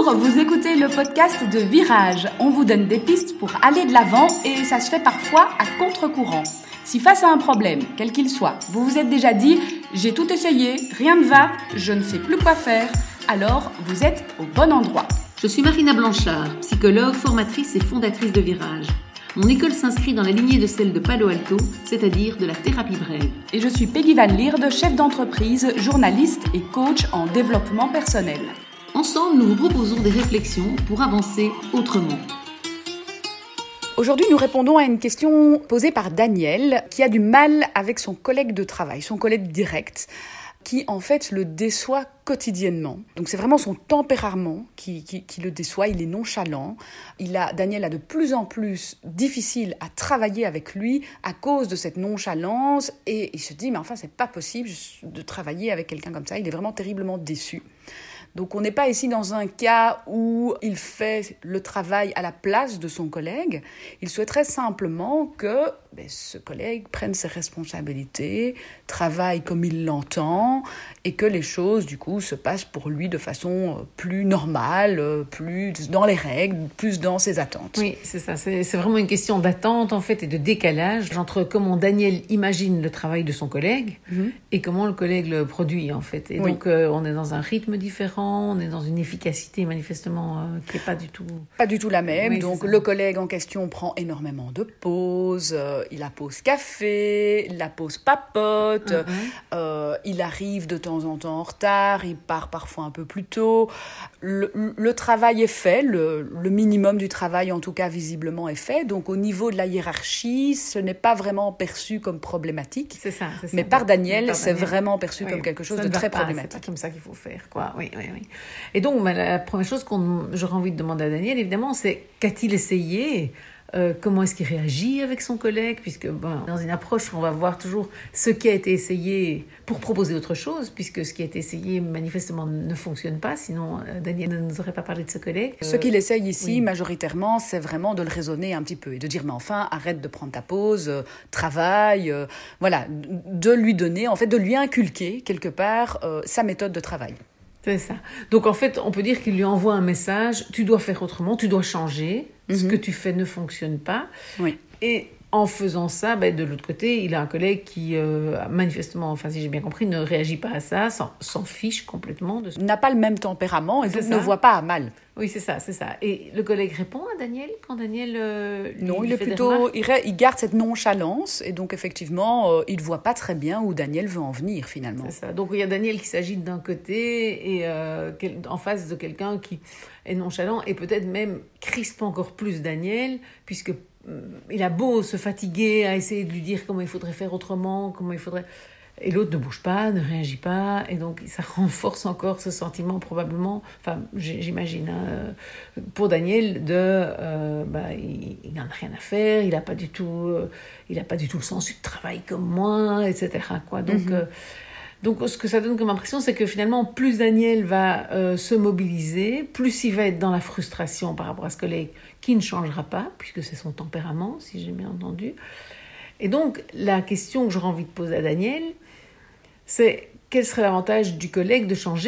Bonjour, vous écoutez le podcast de Virage. On vous donne des pistes pour aller de l'avant et ça se fait parfois à contre-courant. Si face à un problème, quel qu'il soit, vous vous êtes déjà dit « j'ai tout essayé, rien ne va, je ne sais plus quoi faire », alors vous êtes au bon endroit. Je suis Marina Blanchard, psychologue, formatrice et fondatrice de Virage. Mon école s'inscrit dans la lignée de celle de Palo Alto, c'est-à-dire de la thérapie brève. Et je suis Peggy Van Lierde, chef d'entreprise, journaliste et coach en développement personnel. Ensemble, nous vous proposons des réflexions pour avancer autrement. Aujourd'hui, nous répondons à une question posée par Daniel, qui a du mal avec son collègue de travail, son collègue direct, qui en fait le déçoit quotidiennement. Donc c'est vraiment son tempérament qui le déçoit, il est nonchalant. Daniel a de plus en plus difficile à travailler avec lui à cause de cette nonchalance et il se dit mais enfin c'est pas possible de travailler avec quelqu'un comme ça, il est vraiment terriblement déçu. Donc on n'est pas ici dans un cas où il fait le travail à la place de son collègue. Il souhaiterait simplement que ce collègue prenne ses responsabilités, travaille comme il l'entend et que les choses du coup se passent pour lui de façon plus normale, plus dans les règles, plus dans ses attentes. Oui, c'est ça. C'est vraiment une question d'attente en fait et de décalage entre comment Daniel imagine le travail de son collègue et comment le collègue le produit en fait. Et donc on est dans un rythme différent, on est dans une efficacité manifestement qui n'est pas du tout la même. Oui, donc le collègue en question prend énormément de pauses, il a pause café, la pause papote, il arrive de temps en temps en retard, il part parfois un peu plus tôt. Le travail est fait, le minimum du travail en tout cas visiblement est fait. Donc au niveau de la hiérarchie, ce n'est pas vraiment perçu comme problématique. C'est ça. Mais par Daniel, c'est vraiment perçu comme quelque chose de très problématique. C'est pas comme ça qu'il faut faire, quoi. Oui. Et donc la première chose j'aurais envie de demander à Daniel, évidemment, c'est qu'a-t-il essayé ? Comment est-ce qu'il réagit avec son collègue, puisque dans une approche on va voir toujours ce qui a été essayé pour proposer autre chose, puisque ce qui a été essayé manifestement ne fonctionne pas, sinon Daniel ne nous aurait pas parlé de ce collègue. Ce qu'il essaye ici majoritairement, c'est vraiment de le raisonner un petit peu et de dire mais enfin arrête de prendre ta pause, travaille, de lui donner, en fait de lui inculquer quelque part sa méthode de travail. C'est ça. Donc en fait, on peut dire qu'il lui envoie un message, tu dois faire autrement, tu dois changer, ce que tu fais ne fonctionne pas. Oui. Et en faisant ça, de l'autre côté, il a un collègue qui manifestement, enfin si j'ai bien compris, ne réagit pas à ça, s'en fiche complètement. N'a pas le même tempérament et donc ne voit pas à mal. Oui, c'est ça. Et le collègue répond à Daniel quand Daniel non, il garde cette nonchalance et donc effectivement, il ne voit pas très bien où Daniel veut en venir finalement. C'est ça. Donc il y a Daniel qui s'agite d'un côté et en face de quelqu'un qui est nonchalant et peut-être même crispe encore plus Daniel, puisque il a beau se fatiguer à essayer de lui dire comment il faudrait faire autrement, et l'autre ne bouge pas, ne réagit pas, et donc ça renforce encore ce sentiment probablement, enfin j'imagine, pour Daniel, il n'en a rien à faire, il n'a pas du tout le sens du travail comme moi, etc. quoi. Donc ce que ça donne comme impression, c'est que finalement, plus Daniel va se mobiliser, plus il va être dans la frustration par rapport à ce collègue qui ne changera pas, puisque c'est son tempérament, si j'ai bien entendu. Et donc, la question que j'aurais envie de poser à Daniel, c'est quel serait l'avantage du collègue de changer ?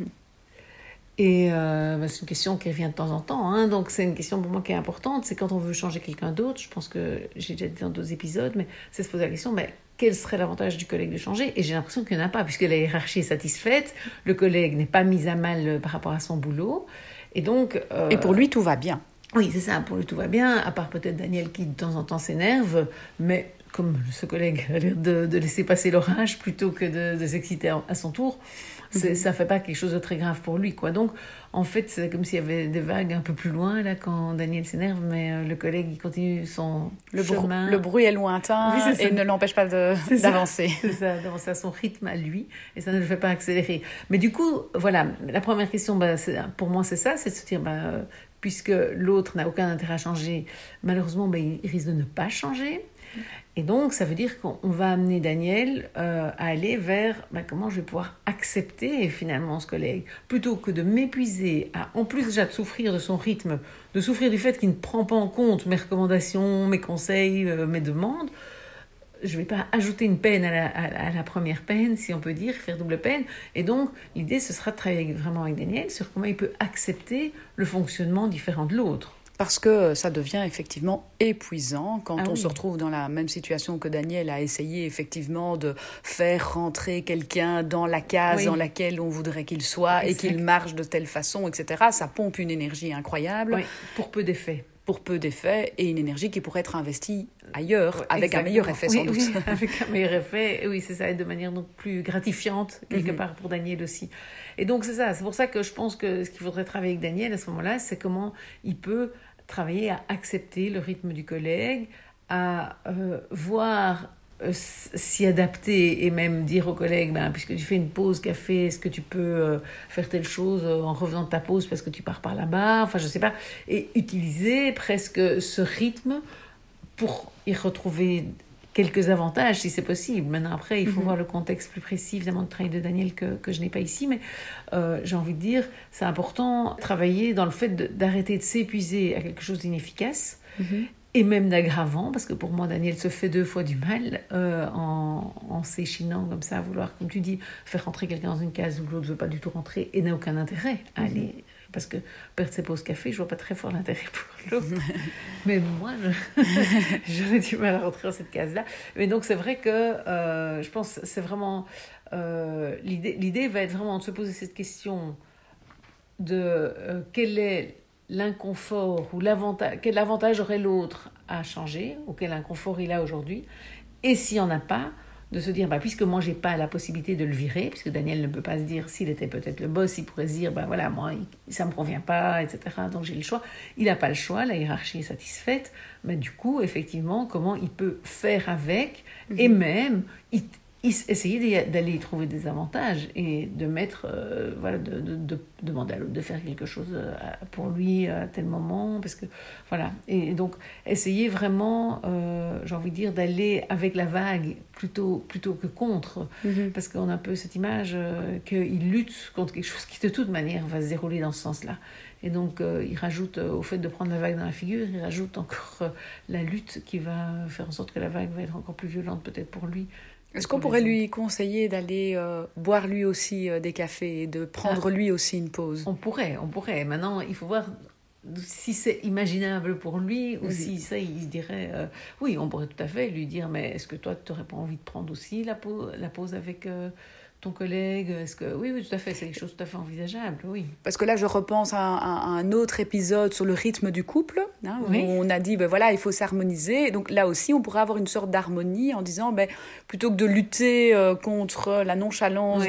Et c'est une question qui revient de temps en temps, donc c'est une question pour moi qui est importante, c'est quand on veut changer quelqu'un d'autre, je pense que j'ai déjà dit dans d'autres épisodes, mais c'est se poser la question, quel serait l'avantage du collègue de changer ? Et j'ai l'impression qu'il n'y en a pas, puisque la hiérarchie est satisfaite, le collègue n'est pas mis à mal par rapport à son boulot, et donc... Et pour lui, tout va bien. Oui, c'est ça, pour lui tout va bien, à part peut-être Daniel qui de temps en temps s'énerve, mais comme ce collègue a l'air de laisser passer l'orage plutôt que de s'exciter à son tour, ça fait pas quelque chose de très grave pour lui, quoi. Donc, en fait, c'est comme s'il y avait des vagues un peu plus loin, là, quand Daniel s'énerve, mais le collègue, il continue son chemin. Le bruit est lointain et ne l'empêche pas d'avancer. C'est ça, d'avancer à son rythme à lui, et ça ne le fait pas accélérer. Mais du coup, voilà, la première question, pour moi, c'est ça, c'est de se dire, puisque l'autre n'a aucun intérêt à changer, malheureusement, il risque de ne pas changer. Et donc, ça veut dire qu'on va amener Daniel à aller vers comment je vais pouvoir accepter finalement ce collègue. Plutôt que de m'épuiser, en plus déjà de souffrir de son rythme, de souffrir du fait qu'il ne prend pas en compte mes recommandations, mes conseils, mes demandes, je ne vais pas ajouter une peine à la première peine, si on peut dire, faire double peine. Et donc, l'idée, ce sera de travailler vraiment avec Daniel sur comment il peut accepter le fonctionnement différent de l'autre. Parce que ça devient effectivement épuisant quand on se retrouve dans la même situation que Daniel a essayé effectivement de faire rentrer quelqu'un dans la case dans laquelle on voudrait qu'il soit et qu'il marche de telle façon, etc. Ça pompe une énergie incroyable. Oui, pour peu d'effets. Pour peu d'effets et une énergie qui pourrait être investie ailleurs avec un meilleur effet sans doute. Oui, avec un meilleur effet, oui, c'est ça, et de manière donc plus gratifiante quelque part pour Daniel aussi. Et donc c'est ça, c'est pour ça que je pense que ce qu'il faudrait travailler avec Daniel à ce moment-là, c'est comment il peut travailler à accepter le rythme du collègue, à voir s'y adapter et même dire au collègue, puisque tu fais une pause café, est-ce que tu peux faire telle chose en revenant de ta pause parce que tu pars par là-bas, enfin je sais pas, et utiliser presque ce rythme pour y retrouver quelques avantages si c'est possible. Maintenant après, il faut voir le contexte plus précis évidemment de travail de Daniel que je n'ai pas ici, mais j'ai envie de dire, c'est important de travailler dans le fait d'arrêter de s'épuiser à quelque chose d'inefficace et même d'aggravant, parce que pour moi Daniel se fait 2 fois du mal en s'échinant comme ça, à vouloir, comme tu dis, faire rentrer quelqu'un dans une case où l'autre ne veut pas du tout rentrer et n'a aucun intérêt à aller, parce que perdre ses pauses café, je vois pas très fort l'intérêt pour l'autre. Mais moi, j'aurais du mal à rentrer dans cette case-là. Mais donc c'est vrai que je pense que c'est vraiment l'idée va être vraiment de se poser cette question de quel est l'inconfort ou l'avantage, quel avantage aurait l'autre à changer, ou quel inconfort il a aujourd'hui, et s'il n'y en a pas, de se dire, puisque moi j'ai pas la possibilité de le virer, puisque Daniel ne peut pas se dire, s'il était peut-être le boss, il pourrait se dire, voilà, moi ça me convient pas, etc., donc j'ai le choix. Il n'a pas le choix, la hiérarchie est satisfaite, mais du coup, effectivement, comment il peut faire avec, et même essayer d'aller y trouver des avantages et de mettre, de demander à l'autre de faire quelque chose pour lui à tel moment, parce que voilà, et donc essayer vraiment, j'ai envie de dire, d'aller avec la vague plutôt que contre, parce qu'on a un peu cette image qu'il lutte contre quelque chose qui de toute manière va se dérouler dans ce sens-là. Et donc, il rajoute au fait de prendre la vague dans la figure, il rajoute encore la lutte qui va faire en sorte que la vague va être encore plus violente peut-être pour lui. Est-ce qu'on pourrait lui conseiller d'aller boire lui aussi des cafés et de prendre lui aussi une pause ? On pourrait. Maintenant, il faut voir si c'est imaginable pour lui ou si ça, il se dirait... oui, on pourrait tout à fait lui dire, mais est-ce que toi, tu n'aurais pas envie de prendre aussi la pause avec... ton collègue, est-ce que... Oui, tout à fait, c'est quelque chose tout à fait envisageable, oui. Parce que là, je repense à un autre épisode sur le rythme du couple, où on a dit, il faut s'harmoniser. Donc là aussi, on pourrait avoir une sorte d'harmonie en disant, plutôt que de lutter contre la nonchalance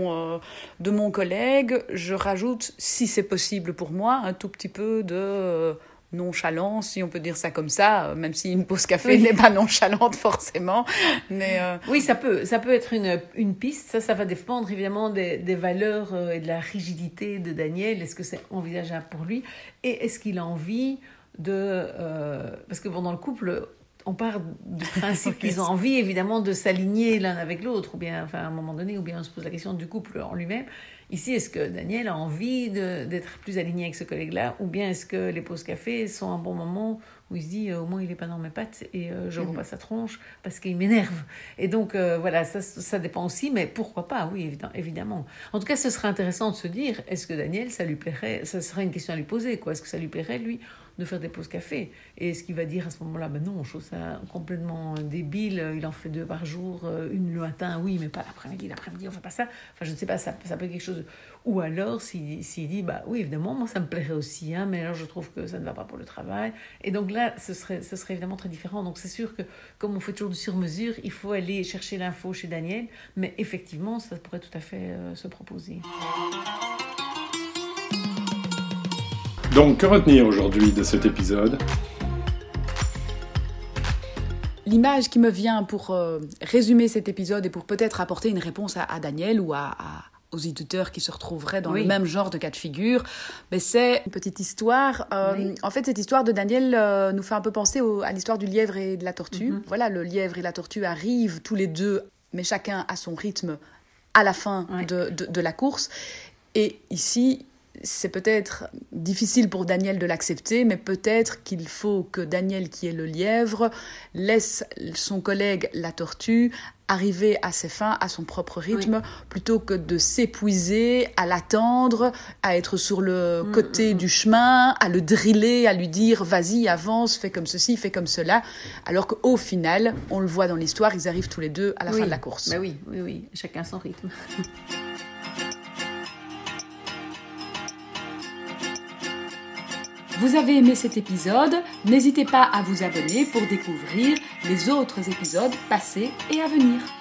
de mon collègue, je rajoute, si c'est possible pour moi, un tout petit peu de... nonchalance, si on peut dire ça comme ça, même si une pause café n'est pas nonchalante forcément. Mais oui, ça peut être une piste. Ça va dépendre évidemment des valeurs et de la rigidité de Daniel. Est-ce que c'est envisageable pour lui? Et est-ce qu'il a envie de... parce que dans le couple, on part du principe qu'ils ont envie évidemment de s'aligner l'un avec l'autre, ou bien à un moment donné, ou bien on se pose la question du couple en lui-même. Ici, est-ce que Daniel a envie d'être plus aligné avec ce collègue-là, ou bien est-ce que les pauses café sont un bon moment où il se dit au moins il n'est pas dans mes pattes et je ne vois pas sa tronche parce qu'il m'énerve. Et donc voilà, ça dépend aussi, mais pourquoi pas, oui, évidemment. En tout cas, ce serait intéressant de se dire, est-ce que Daniel, ça lui plairait, ça serait une question à lui poser, quoi. Est-ce que ça lui plairait, lui, de faire des pauses café? Et est-ce qu'il va dire à ce moment-là, non, je trouve ça complètement débile, il en fait 2 par jour, une le matin, oui, mais pas l'après-midi, on fait pas ça. Enfin, je ne sais pas, ça peut être quelque chose... Ou alors, s'il dit, oui, évidemment, moi, ça me plairait aussi, mais alors je trouve que ça ne va pas pour le travail. Et donc là, ce serait évidemment très différent. Donc c'est sûr que, comme on fait toujours du sur-mesure, il faut aller chercher l'info chez Daniel, mais effectivement, ça pourrait tout à fait se proposer. Donc, que retenir aujourd'hui de cet épisode ? L'image qui me vient pour résumer cet épisode et pour peut-être apporter une réponse à Daniel ou aux éditeurs qui se retrouveraient dans le même genre de cas de figure, mais c'est une petite histoire. En fait, cette histoire de Daniel nous fait un peu penser à l'histoire du lièvre et de la tortue. Voilà, le lièvre et la tortue arrivent tous les deux, mais chacun à son rythme, à la fin de la course. Et ici, c'est peut-être difficile pour Daniel de l'accepter, mais peut-être qu'il faut que Daniel, qui est le lièvre, laisse son collègue, la tortue, arriver à ses fins, à son propre rythme, plutôt que de s'épuiser, à l'attendre, à être sur le côté du chemin, à le driller, à lui dire « vas-y, avance, fais comme ceci, fais comme cela », alors qu'au final, on le voit dans l'histoire, ils arrivent tous les deux à la fin de la course. Ben oui, chacun son rythme. Vous avez aimé cet épisode? N'hésitez pas à vous abonner pour découvrir les autres épisodes passés et à venir.